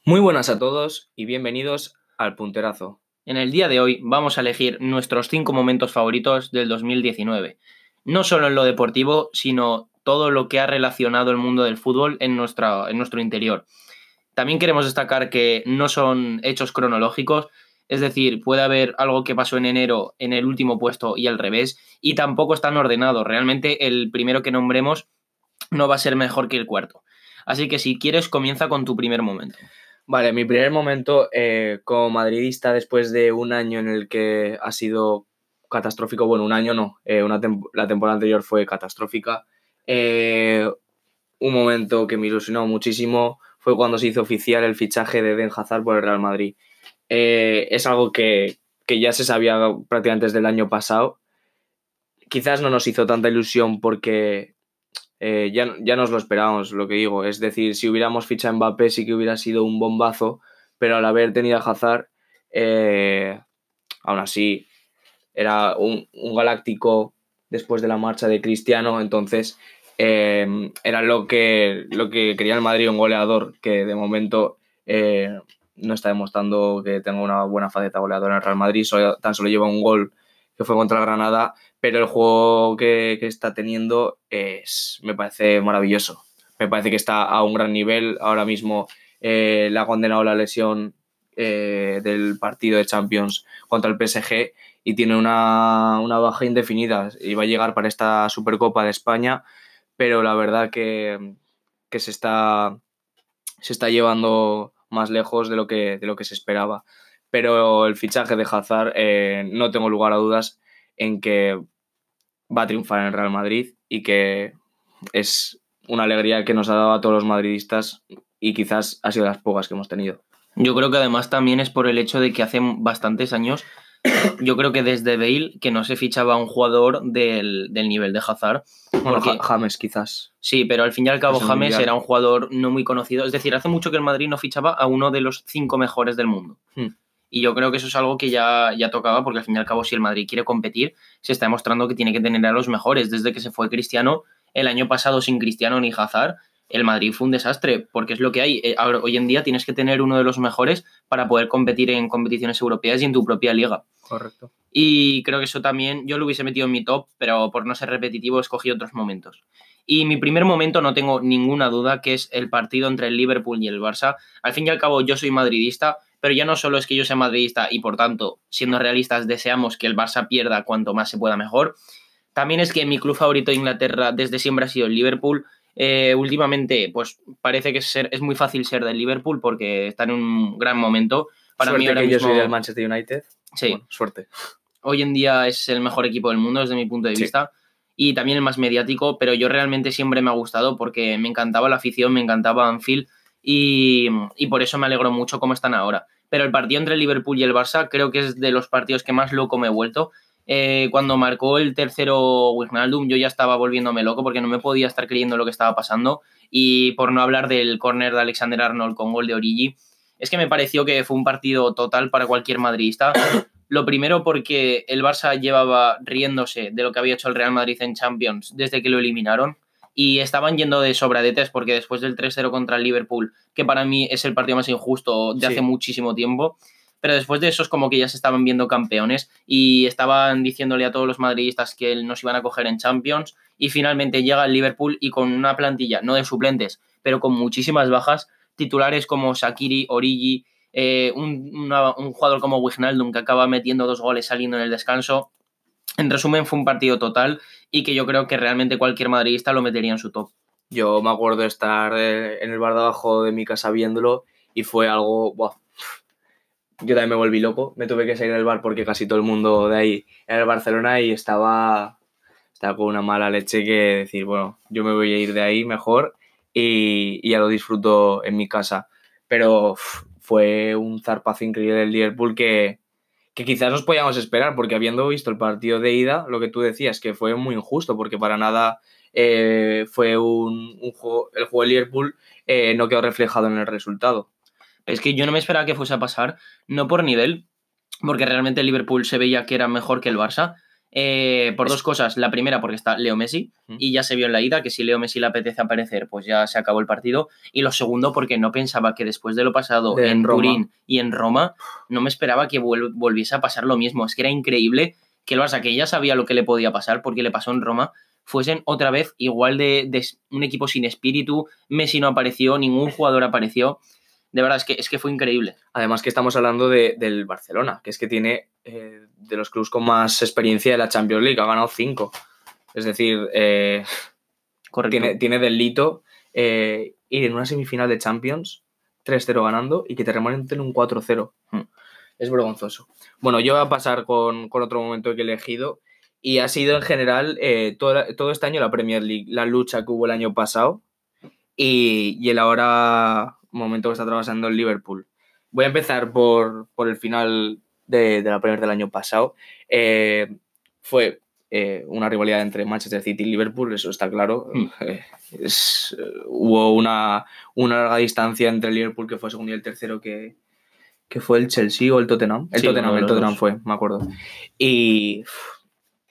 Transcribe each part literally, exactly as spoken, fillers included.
Muy buenas a todos y bienvenidos al Punterazo. En el día de hoy vamos a elegir nuestros cinco momentos favoritos del dos mil diecinueve. No solo en lo deportivo, sino todo lo que ha relacionado el mundo del fútbol en, nuestra, en nuestro interior. También queremos destacar que no son hechos cronológicos, es decir, puede haber algo que pasó en enero en el último puesto y al revés, y tampoco están ordenados. Realmente el primero que nombremos no va a ser mejor que el cuarto. Así que si quieres, comienza con tu primer momento. Vale, mi primer momento eh, como madridista después de un año en el que ha sido catastrófico, bueno, un año no, eh, una tem- la temporada anterior fue catastrófica. Eh, un momento que me ilusionó muchísimo fue cuando se hizo oficial el fichaje de Eden Hazard por el Real Madrid. Eh, es algo que, que ya se sabía prácticamente desde el año pasado. Quizás no nos hizo tanta ilusión porque eh, ya, ya nos lo esperábamos, lo que digo. Es decir, si hubiéramos fichado a Mbappé sí que hubiera sido un bombazo, pero al haber tenido a Hazard, eh, aún así, era un, un galáctico después de la marcha de Cristiano, entonces eh, era lo que, lo que quería el Madrid, un goleador que de momento eh, no está demostrando que tenga una buena faceta goleadora en el Real Madrid, solo, tan solo lleva un gol que fue contra el Granada, pero el juego que, que está teniendo es, me parece maravilloso. Me parece que está a un gran nivel. Ahora mismo eh, le ha condenado la lesión eh, del partido de Champions contra el P S G y tiene una, una baja indefinida. Iba a llegar para esta Supercopa de España, pero la verdad que, que se, está, se está llevando más lejos de lo que, de lo que se esperaba. Pero el fichaje de Hazard, eh, no tengo lugar a dudas en que va a triunfar en el Real Madrid y que es una alegría que nos ha dado a todos los madridistas y quizás ha sido de las pocas que hemos tenido. Yo creo que además también es por el hecho de que hace bastantes años, yo creo que desde Bale, que no se fichaba un jugador del, del nivel de Hazard. Bueno, Porque, James quizás. sí, pero al fin y al cabo Es el James mundial. era un jugador no muy conocido. Es decir, hace mucho que el Madrid no fichaba a uno de los cinco mejores del mundo. Hmm. Y yo creo que eso es algo que ya, ya tocaba, porque al fin y al cabo, si el Madrid quiere competir, se está demostrando que tiene que tener a los mejores. Desde que se fue Cristiano, el año pasado sin Cristiano ni Hazard, el Madrid fue un desastre, porque es lo que hay. Eh, ahora, hoy en día tienes que tener uno de los mejores para poder competir en competiciones europeas y en tu propia liga. Correcto. Y creo que eso también yo lo hubiese metido en mi top, pero por no ser repetitivo escogí otros momentos. Y mi primer momento, no tengo ninguna duda, que es el partido entre el Liverpool y el Barça. Al fin y al cabo yo soy madridista, pero ya no solo es que yo sea madridista y por tanto, siendo realistas, deseamos que el Barça pierda cuanto más se pueda mejor. También es que mi club favorito de Inglaterra desde siempre ha sido el Liverpool. Eh, últimamente, pues parece que es, ser, es muy fácil ser del Liverpool porque está en un gran momento. Para Suerte mí ahora que mismo, yo soy del Manchester United. Sí. Bueno, suerte. Hoy en día es el mejor equipo del mundo desde mi punto de Sí. vista y también el más mediático, pero yo realmente siempre me ha gustado porque me encantaba la afición, me encantaba Anfield y, y por eso me alegro mucho cómo están ahora. Pero el partido entre el Liverpool y el Barça creo que es de los partidos que más loco me he vuelto. Eh, cuando marcó el tercero Wijnaldum yo ya estaba volviéndome loco porque no me podía estar creyendo lo que estaba pasando, y por no hablar del córner de Alexander Arnold con gol de Origi. Es que me pareció que fue un partido total para cualquier madridista. Lo primero porque el Barça llevaba riéndose de lo que había hecho el Real Madrid en Champions desde que lo eliminaron y estaban yendo de sobradetes porque después del tres cero contra el Liverpool, que para mí es el partido más injusto de Sí. hace muchísimo tiempo, pero después de eso es como que ya se estaban viendo campeones y estaban diciéndole a todos los madridistas que nos iban a coger en Champions, y finalmente llega el Liverpool y con una plantilla, no de suplentes, pero con muchísimas bajas, titulares como Shaqiri, Origi, eh, un, una, un jugador como Wijnaldum que acaba metiendo dos goles saliendo en el descanso. En resumen, fue un partido total y que yo creo que realmente cualquier madridista lo metería en su top. Yo me acuerdo de estar en el bar de abajo de mi casa viéndolo y fue algo... Buah. Yo también me volví loco. Me tuve que salir del bar porque casi todo el mundo de ahí era el Barcelona y estaba, estaba con una mala leche que decir, bueno, yo me voy a ir de ahí mejor y, y ya lo disfruto en mi casa. Pero uf, fue un zarpazo increíble del Liverpool que, que quizás nos podíamos esperar, porque habiendo visto el partido de ida, lo que tú decías, que fue muy injusto, porque para nada eh, fue un, un juego, el juego de Liverpool eh, no quedó reflejado en el resultado. Es que yo no me esperaba que fuese a pasar, no por nivel, porque realmente el Liverpool se veía que era mejor que el Barça, Eh, por Es- dos cosas. La primera, porque está Leo Messi, Mm. y ya se vio en la ida que si Leo Messi le apetece aparecer, pues ya se acabó el partido. Y lo segundo, porque no pensaba que después de lo pasado De en en Roma. Turín y en Roma, no me esperaba que vuel- volviese a pasar lo mismo. Es que era increíble que el Barça, que ya sabía lo que le podía pasar porque le pasó en Roma, fuesen otra vez igual de, de un equipo sin espíritu. Messi no apareció, ningún jugador apareció. De verdad, es que, es que fue increíble. Además que estamos hablando de, del Barcelona, que es que tiene eh, de los clubes con más experiencia de la Champions League, ha ganado cinco. Es decir, eh, Correcto. tiene, tiene delito eh, ir en una semifinal de Champions tres cero ganando y que te remonten un cuatro cero. Mm. Es vergonzoso. Bueno, yo voy a pasar con, con otro momento que he elegido y ha sido en general eh, todo, todo este año la Premier League, la lucha que hubo el año pasado y, y el ahora momento que está atravesando el Liverpool. Voy a empezar por, por el final de, de la Premier del año pasado. Eh, fue eh, una rivalidad entre Manchester City y Liverpool, eso está claro. Mm. Eh, es, eh, hubo una, una larga distancia entre el Liverpool, que fue segundo, y el tercero, que, que fue el Chelsea o el Tottenham. El Sí, uno Tottenham, de el los Tottenham dos. fue, me acuerdo. Y uf,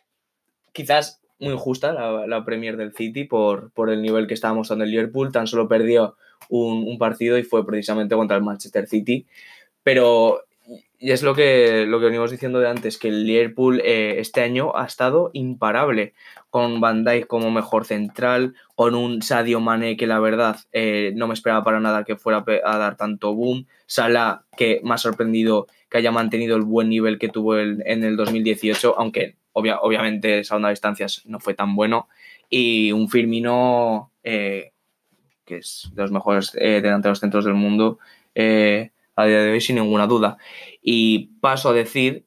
quizás muy injusta la, la Premier del City por, por el nivel que estaba mostrando el Liverpool. Tan solo perdió un, un partido y fue precisamente contra el Manchester City. Pero, y es lo que, lo que venimos diciendo de antes, que el Liverpool eh, este año ha estado imparable, con Van Dijk como mejor central, con un Sadio Mané que la verdad eh, no me esperaba para nada que fuera a dar tanto boom, Salah, que me ha sorprendido que haya mantenido el buen nivel que tuvo el, en el dos mil dieciocho, aunque obvia, obviamente salvando a distancias no fue tan bueno, y un Firmino eh, que es de los mejores eh, delanteros centros del mundo eh, a día de hoy, sin ninguna duda. Y paso a decir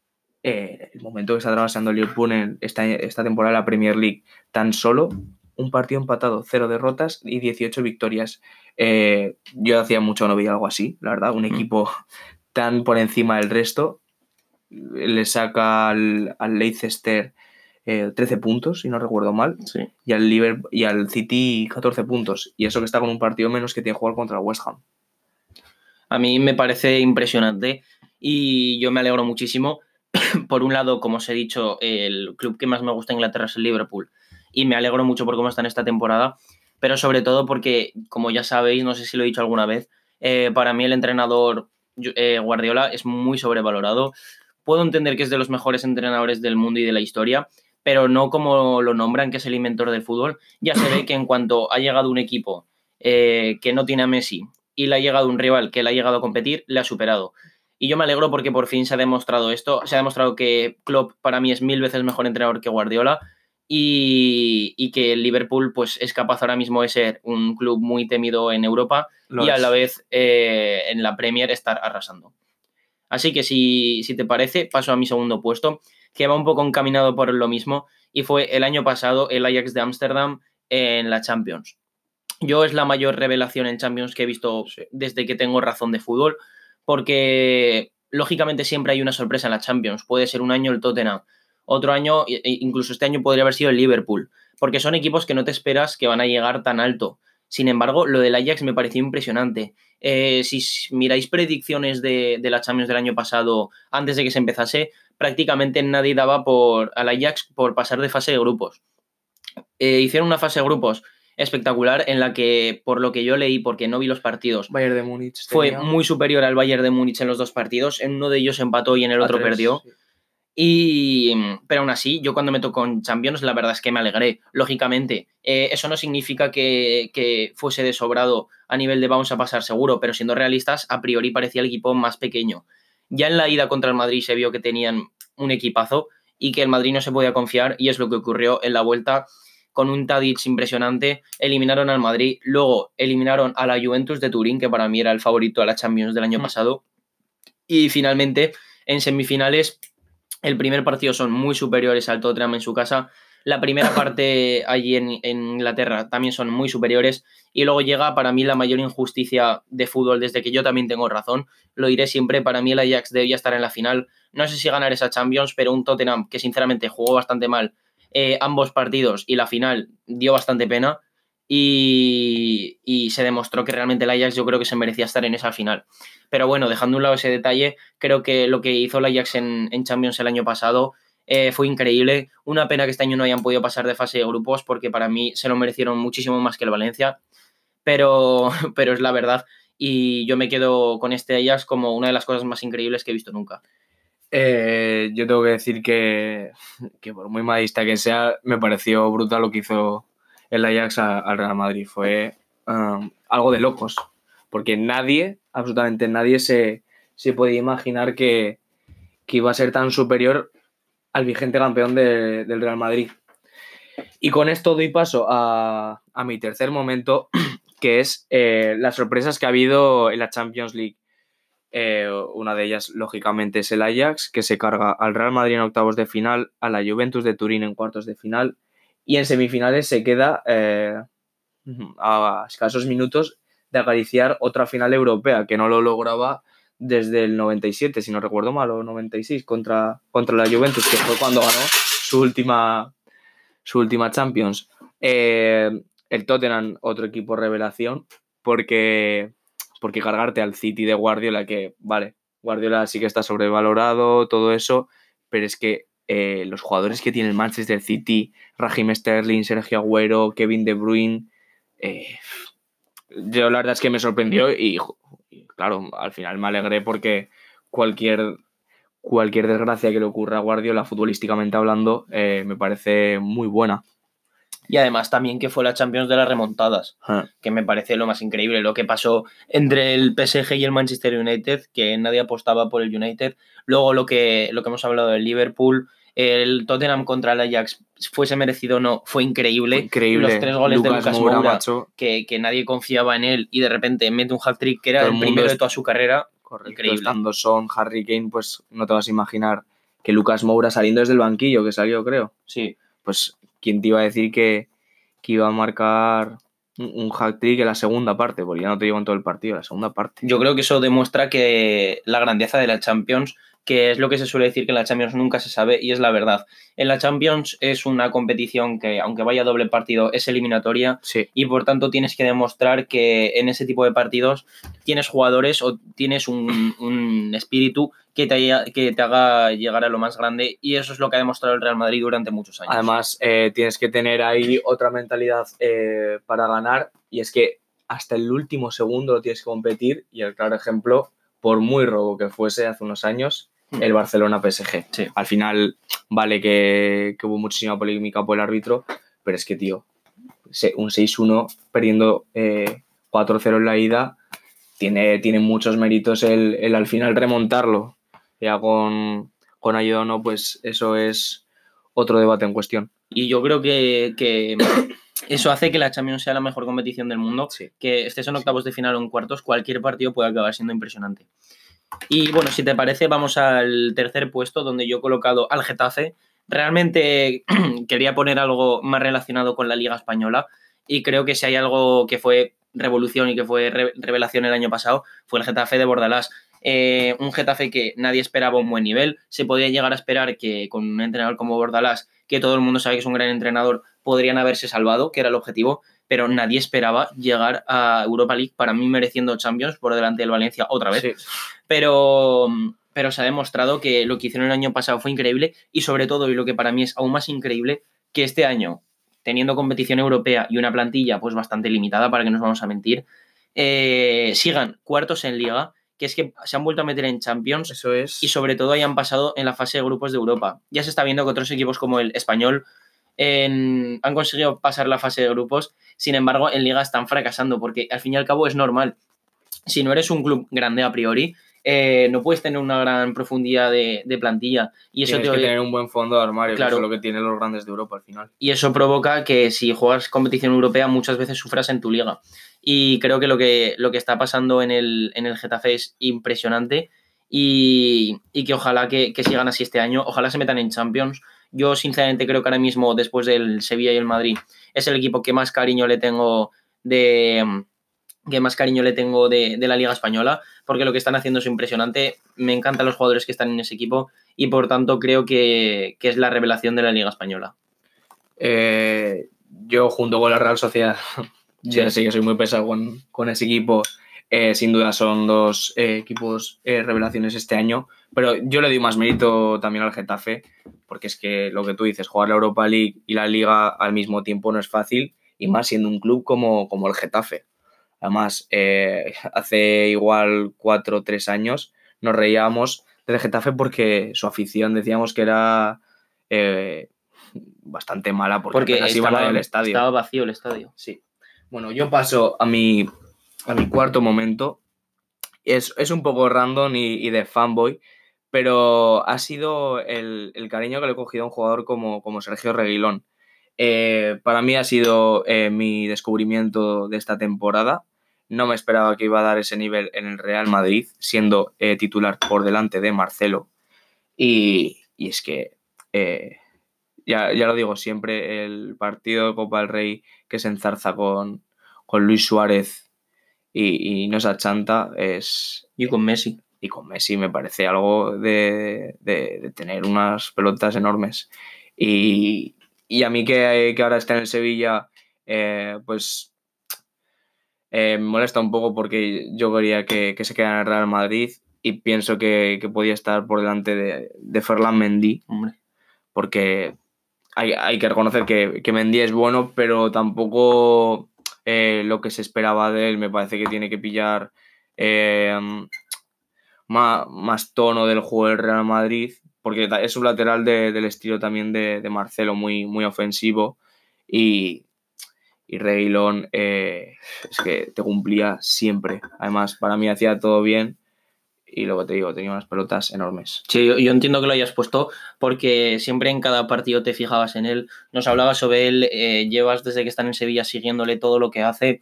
eh, el momento que está atravesando el Liverpool en esta, esta temporada de la Premier League. Tan solo un partido empatado, cero derrotas y dieciocho victorias. Eh, yo hacía mucho no veía algo así, la verdad. Un Mm. equipo tan por encima del resto. Le saca al, al Leicester eh, trece puntos, si no recuerdo mal. Sí. Y al, Liverpool, y al City catorce puntos. Y eso que está con un partido menos que tiene que jugar contra el West Ham. A mí me parece impresionante y yo me alegro muchísimo. Por un lado, como os he dicho, el club que más me gusta en Inglaterra es el Liverpool y me alegro mucho por cómo está en esta temporada, pero sobre todo porque, como ya sabéis, no sé si lo he dicho alguna vez, eh, para mí el entrenador eh, Guardiola es muy sobrevalorado. Puedo entender que es de los mejores entrenadores del mundo y de la historia, pero no como lo nombran, que es el inventor del fútbol. Ya se ve que en cuanto ha llegado un equipo eh, que no tiene a Messi y le ha llegado un rival que le ha llegado a competir, le ha superado. Y yo me alegro porque por fin se ha demostrado esto. Se ha demostrado que Klopp para mí es mil veces mejor entrenador que Guardiola y, y que el Liverpool pues, es capaz ahora mismo de ser un club muy temido en Europa Lo y a es. la vez eh, en la Premier estar arrasando. Así que si, si te parece, paso a mi segundo puesto, que va un poco encaminado por lo mismo y fue el año pasado el Ajax de Ámsterdam en la Champions. Yo es la mayor revelación en Champions que he visto Sí. desde que tengo razón de fútbol, porque lógicamente siempre hay una sorpresa en la Champions. Puede ser un año el Tottenham, otro año, incluso este año podría haber sido el Liverpool, porque son equipos que no te esperas que van a llegar tan alto. Sin embargo, lo del Ajax me pareció impresionante. Eh, si miráis predicciones de, de la Champions del año pasado, antes de que se empezase, prácticamente nadie daba por, al Ajax por pasar de fase de grupos. Eh, hicieron una fase de grupos espectacular en la que, por lo que yo leí, porque no vi los partidos, Bayern de Múnich fue tenía muy superior al Bayern de Múnich en los dos partidos. En uno de ellos empató y en el a otro tres, perdió. sí. Y, pero aún así, yo cuando me tocó en Champions, la verdad es que me alegré, lógicamente. Eh, eso no significa que, que fuese de sobrado a nivel de vamos a pasar seguro, pero siendo realistas, a priori parecía el equipo más pequeño. Ya en la ida contra el Madrid se vio que tenían un equipazo y que el Madrid no se podía confiar, y es lo que ocurrió en la vuelta con un Tadic impresionante. Eliminaron al Madrid, luego eliminaron a la Juventus de Turín, que para mí era el favorito a la Champions del año Mm. pasado, y finalmente en semifinales el primer partido son muy superiores al Tottenham en su casa, la primera parte allí en, en Inglaterra también son muy superiores, y luego llega para mí la mayor injusticia de fútbol desde que yo también tengo razón, lo diré siempre, para mí el Ajax debía estar en la final, no sé si ganar esa Champions, pero un Tottenham que sinceramente jugó bastante mal eh, ambos partidos y la final dio bastante pena, y, y se demostró que realmente el Ajax yo creo que se merecía estar en esa final. Pero bueno, dejando a un lado ese detalle, creo que lo que hizo el Ajax en, en Champions el año pasado Eh, fue increíble. Una pena que este año no hayan podido pasar de fase de grupos porque para mí se lo merecieron muchísimo más que el Valencia, pero, pero es la verdad. Y yo me quedo con este Ajax como una de las cosas más increíbles que he visto nunca. Eh, yo tengo que decir que, que por muy madridista que sea, me pareció brutal lo que hizo el Ajax a- al Real Madrid. Fue um, algo de locos, porque nadie, absolutamente nadie, se, se podía imaginar que, que iba a ser tan superior al vigente campeón de- del Real Madrid. Y con esto doy paso a, a mi tercer momento, que es eh, las sorpresas que ha habido en la Champions League. Eh, una de ellas, lógicamente, es el Ajax, que se carga al Real Madrid en octavos de final, a la Juventus de Turín en cuartos de final, y en semifinales se queda eh, a escasos minutos de acariciar otra final europea, que no lo lograba desde el noventa y siete, si no recuerdo mal, o noventa y seis, contra, contra la Juventus, que fue cuando ganó su última, su última Champions. Eh, el Tottenham, otro equipo revelación, porque, porque cargarte al City de Guardiola, que vale, Guardiola sí que está sobrevalorado, todo eso, pero es que eh, los jugadores que tiene el Manchester City, Raheem Sterling, Sergio Agüero, Kevin De Bruyne, eh, yo la verdad es que me sorprendió y, y claro, al final me alegré porque cualquier cualquier desgracia que le ocurra a Guardiola futbolísticamente hablando eh, me parece muy buena. Y además también que fue la Champions de las remontadas, Ah. que me parece lo más increíble, lo que pasó entre el P S G y el Manchester United, que nadie apostaba por el United. Luego lo que, lo que hemos hablado del Liverpool, el Tottenham contra el Ajax, fuese merecido o no, fue increíble. Fue increíble. Los tres goles Lucas de Lucas Moura, Moura, macho. Que, que nadie confiaba en él y de repente mete un hat-trick que era Todo el, el primero mundo de es- toda su carrera. Correcto, Increíble. estando Son, Harry Kane, pues no te vas a imaginar que Lucas Moura saliendo desde el banquillo, que salió creo, Sí. pues quién te iba a decir que, que iba a marcar un, un hat-trick en la segunda parte, porque ya no te digo en todo el partido, la segunda parte. Yo creo que eso demuestra que la grandeza de la Champions, que es lo que se suele decir que en la Champions nunca se sabe, y es la verdad. En la Champions es una competición que, aunque vaya doble partido, es eliminatoria, Sí. y por tanto tienes que demostrar que en ese tipo de partidos tienes jugadores o tienes un, un espíritu que te, haya- que te haga llegar a lo más grande, y eso es lo que ha demostrado el Real Madrid durante muchos años. Además, eh, tienes que tener ahí otra mentalidad eh, para ganar, y es que hasta el último segundo lo tienes que competir, y el claro ejemplo, por muy robo que fuese hace unos años, el Barcelona P S G. Sí. Al final, vale que, que hubo muchísima polémica por el árbitro, pero es que, tío, un seis uno perdiendo eh, cuatro cero en la ida, tiene, tiene muchos méritos el, el al final remontarlo. Ya con, con ayuda o no, pues eso es otro debate en cuestión. Y yo creo que, que eso hace que la Champions sea la mejor competición del mundo. Sí. Que estés en octavos de final o en cuartos, cualquier partido puede acabar siendo impresionante. Y bueno, si te parece, vamos al tercer puesto, donde yo he colocado al Getafe. Realmente quería poner algo más relacionado con la Liga Española, y creo que si hay algo que fue revolución y que fue re- revelación el año pasado, fue el Getafe de Bordalás. Eh, un Getafe que nadie esperaba un buen nivel. Se podía llegar a esperar que con un entrenador como Bordalás, que todo el mundo sabe que es un gran entrenador, podrían haberse salvado, que era el objetivo, pero nadie esperaba llegar a Europa League, para mí mereciendo Champions por delante del Valencia otra vez. Sí. Pero, pero se ha demostrado que lo que hicieron el año pasado fue increíble, y sobre todo, y lo que para mí es aún más increíble, que este año, teniendo competición europea y una plantilla pues bastante limitada, para que no nos vamos a mentir, eh, sigan cuartos en Liga, que es que se han vuelto a meter en Champions. Eso es. Y sobre todo hayan pasado en la fase de grupos de Europa. Ya se está viendo que otros equipos como el Español en, han conseguido pasar la fase de grupos, sin embargo en Liga están fracasando, porque al fin y al cabo es normal. Si no eres un club grande a priori, eh, no puedes tener una gran profundidad de, de plantilla. Y eso Tienes te, que tener un buen fondo de armario, Claro. que eso es lo que tienen los grandes de Europa al final. Y eso provoca que si juegas competición europea muchas veces sufras en tu liga. Y creo que lo que, lo que está pasando en el, en el Getafe es impresionante, y, y que ojalá que, que sigan así este año, ojalá se metan en Champions. Yo sinceramente creo que ahora mismo, después del Sevilla y el Madrid, es el equipo que más cariño le tengo de... que más cariño le tengo de, de la Liga Española, porque lo que están haciendo es impresionante. Me encantan los jugadores que están en ese equipo, y por tanto creo que, que es la revelación de la Liga Española. Eh, yo junto con la Real Sociedad, yo Sí. sé que soy muy pesado con, con ese equipo, Eh, sin duda son dos eh, equipos eh, revelaciones este año, pero yo le doy más mérito también al Getafe, porque es que lo que tú dices, jugar la Europa League y la Liga al mismo tiempo no es fácil, y más siendo un club como, como el Getafe. Además, eh, hace igual cuatro o tres años nos reíamos del Getafe porque su afición decíamos que era eh, bastante mala, porque, Porque apenas iban estaba, al estadio. estaba vacío el estadio. Sí. Bueno, yo paso a mi, a mi cuarto momento. Es, es un poco random y, y de fanboy, pero ha sido el, el cariño que le he cogido a un jugador como, como Sergio Reguilón. Eh, para mí ha sido eh, mi descubrimiento de esta temporada. No me esperaba que iba a dar ese nivel en el Real Madrid, siendo eh, titular por delante de Marcelo. Y, y es que, eh, ya, ya lo digo siempre, el partido de Copa del Rey que se enzarza con, con Luis Suárez y, y no se achanta es... Y con Messi. Y con Messi me parece algo de, de, de tener unas pelotas enormes. Y, y a mí que, que ahora está en el Sevilla, eh, pues eh, me molesta un poco porque yo quería que, que se quedara en el Real Madrid y pienso que, que podía estar por delante de, de Ferland Mendy. Hombre. Porque hay, hay que reconocer que, que Mendy es bueno, pero tampoco eh, lo que se esperaba de él. Me parece que tiene que pillar eh, más, más tono del juego del Real Madrid, porque es un lateral de, del estilo también de, de Marcelo, muy, muy ofensivo, y, y Reguilón eh, es que te cumplía siempre. Además, para mí hacía todo bien. Y luego te digo, tenía unas pelotas enormes. Sí, yo, yo entiendo que lo hayas puesto porque siempre en cada partido te fijabas en él, nos hablabas sobre él, eh, llevas desde que está en Sevilla siguiéndole todo lo que hace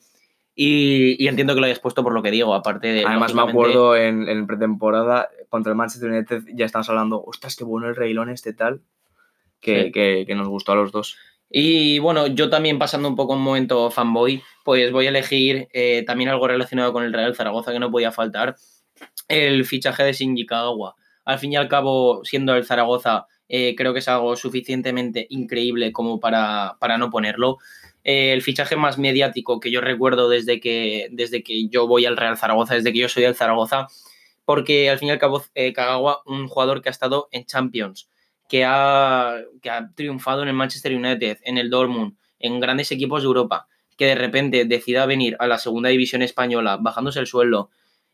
y, y entiendo que lo hayas puesto por lo que digo, aparte de... Además me lógicamente, acuerdo en, en pretemporada contra el Manchester United ya estamos hablando, ostras, qué bueno el Reguilón este tal, que, sí. que, que nos gustó a los dos. Y bueno, yo también pasando un poco un momento fanboy, pues voy a elegir eh, también algo relacionado con el Real Zaragoza que no podía faltar, el fichaje de Shinji Kagawa. Al fin y al cabo, siendo el Zaragoza, eh, creo que es algo suficientemente increíble como para, para no ponerlo. Eh, el fichaje más mediático que yo recuerdo desde que, desde que yo voy al Real Zaragoza, desde que yo soy del Zaragoza, porque al fin y al cabo eh, Kagawa, un jugador que ha estado en Champions, que ha, que ha triunfado en el Manchester United, en el Dortmund, en grandes equipos de Europa, que de repente decida venir a la segunda división española, bajándose el sueldo,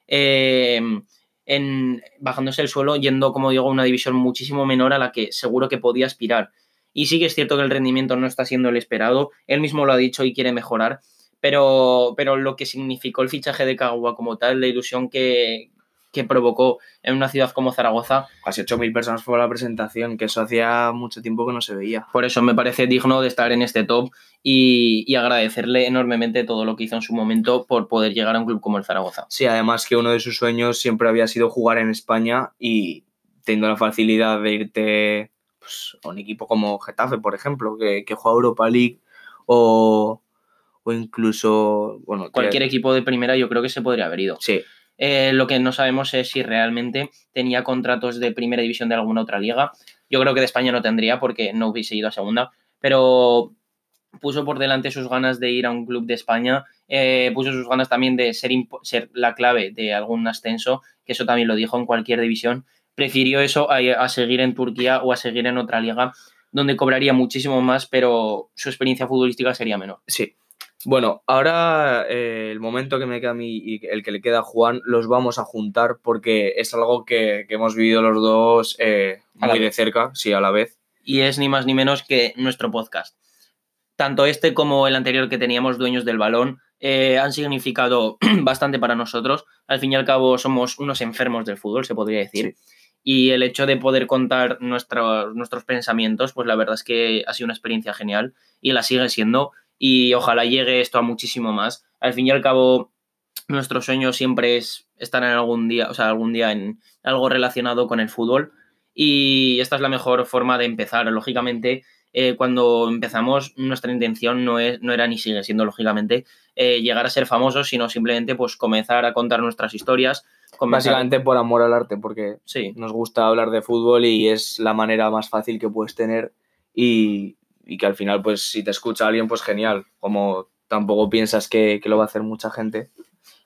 eh, en, bajándose el suelo, yendo, como digo, a una división muchísimo menor a la que seguro que podía aspirar. Y sí que es cierto que el rendimiento no está siendo el esperado, él mismo lo ha dicho y quiere mejorar, pero, pero lo que significó el fichaje de Kagawa como tal, la ilusión que, que provocó en una ciudad como Zaragoza. Casi ocho mil personas fue la presentación, que eso hacía mucho tiempo que no se veía. Por eso me parece digno de estar en este top y, y agradecerle enormemente todo lo que hizo en su momento por poder llegar a un club como el Zaragoza. Sí, además que uno de sus sueños siempre había sido jugar en España y teniendo la facilidad de irte pues, a un equipo como Getafe, por ejemplo, que, que juega Europa League o, o incluso... bueno Cualquier que... equipo de primera yo creo que se podría haber ido. Sí. Eh, lo que no sabemos es si realmente tenía contratos de primera división de alguna otra liga. Yo creo que de España no tendría porque no hubiese ido a segunda, pero puso por delante sus ganas de ir a un club de España, eh, puso sus ganas también de ser, ser la clave de algún ascenso, que eso también lo dijo en cualquier división. Prefirió eso a, a seguir en Turquía o a seguir en otra liga donde cobraría muchísimo más, pero su experiencia futbolística sería menor. Sí. Bueno, ahora eh, el momento que me queda a mí y el que le queda a Juan los vamos a juntar porque es algo que, que hemos vivido los dos eh, muy de cerca, sí, a la vez. Y es ni más ni menos que nuestro podcast. Tanto este como el anterior que teníamos, Dueños del Balón, eh, han significado bastante para nosotros. Al fin y al cabo somos unos enfermos del fútbol, se podría decir. Sí. Y el hecho de poder contar nuestro, nuestros pensamientos, pues la verdad es que ha sido una experiencia genial y la sigue siendo. Y ojalá llegue esto a muchísimo más. Al fin y al cabo, nuestro sueño siempre es estar en algún día, o sea, algún día en algo relacionado con el fútbol. Y esta es la mejor forma de empezar. Lógicamente, eh, cuando empezamos, nuestra intención no, es, no era ni sigue siendo, lógicamente, eh, llegar a ser famosos, sino simplemente pues comenzar a contar nuestras historias. Comenzar... Básicamente por amor al arte, porque sí. nos gusta hablar de fútbol y es la manera más fácil que puedes tener y, y que al final, pues si te escucha alguien, pues genial, como tampoco piensas que, que lo va a hacer mucha gente.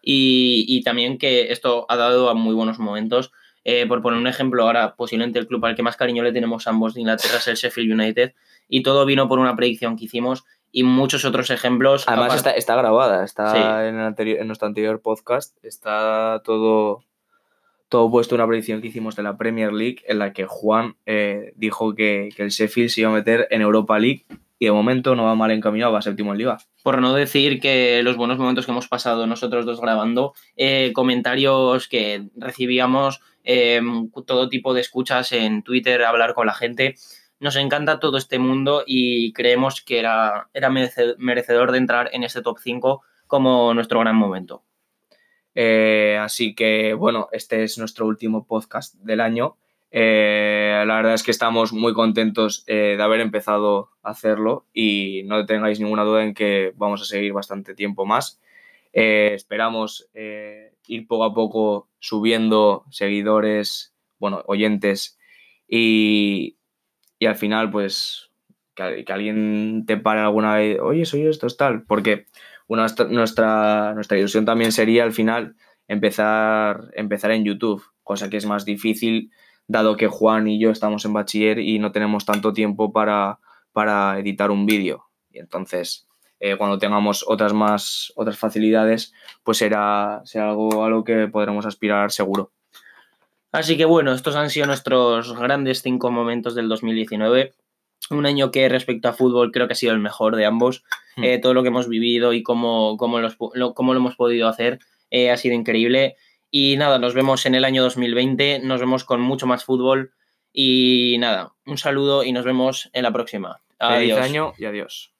y, y también que esto ha dado a muy buenos momentos. Eh, por poner un ejemplo, ahora posiblemente el club al que más cariño le tenemos ambos de Inglaterra es el Sheffield United, y todo vino por una predicción que hicimos y muchos otros ejemplos. Además está, está grabada, está Sí. en, el anterior, en nuestro anterior podcast, está todo, todo puesto en una predicción que hicimos de la Premier League en la que Juan eh, dijo que, que el Sheffield se iba a meter en Europa League y de momento no va mal encaminado, va séptimo en Liga. Por no decir que los buenos momentos que hemos pasado nosotros dos grabando, eh, comentarios que recibíamos, eh, todo tipo de escuchas en Twitter, hablar con la gente. Nos encanta todo este mundo y creemos que era, era merecedor de entrar en este top cinco como nuestro gran momento. Eh, así que, bueno, este es nuestro último podcast del año. Eh, la verdad es que estamos muy contentos eh, de haber empezado a hacerlo y no tengáis ninguna duda en que vamos a seguir bastante tiempo más. Eh, esperamos eh, ir poco a poco subiendo seguidores, bueno, oyentes y, y al final, pues, que, que alguien te pare alguna vez, oye, soy esto, es tal, porque una, nuestra, nuestra ilusión también sería al final empezar, empezar en YouTube, cosa que es más difícil dado que Juan y yo estamos en bachiller y no tenemos tanto tiempo para, para editar un vídeo. Y entonces, eh, cuando tengamos otras más otras facilidades, pues será, será algo a lo que podremos aspirar seguro. Así que bueno, estos han sido nuestros grandes cinco momentos del dos mil diecinueve. Un año que respecto a fútbol creo que ha sido el mejor de ambos. Hmm. Eh, todo lo que hemos vivido y cómo, cómo, los, lo, cómo lo hemos podido hacer eh, ha sido increíble. Y nada, nos vemos en el año dos mil veinte, nos vemos con mucho más fútbol y nada, un saludo y nos vemos en la próxima. Adiós. Feliz año y adiós.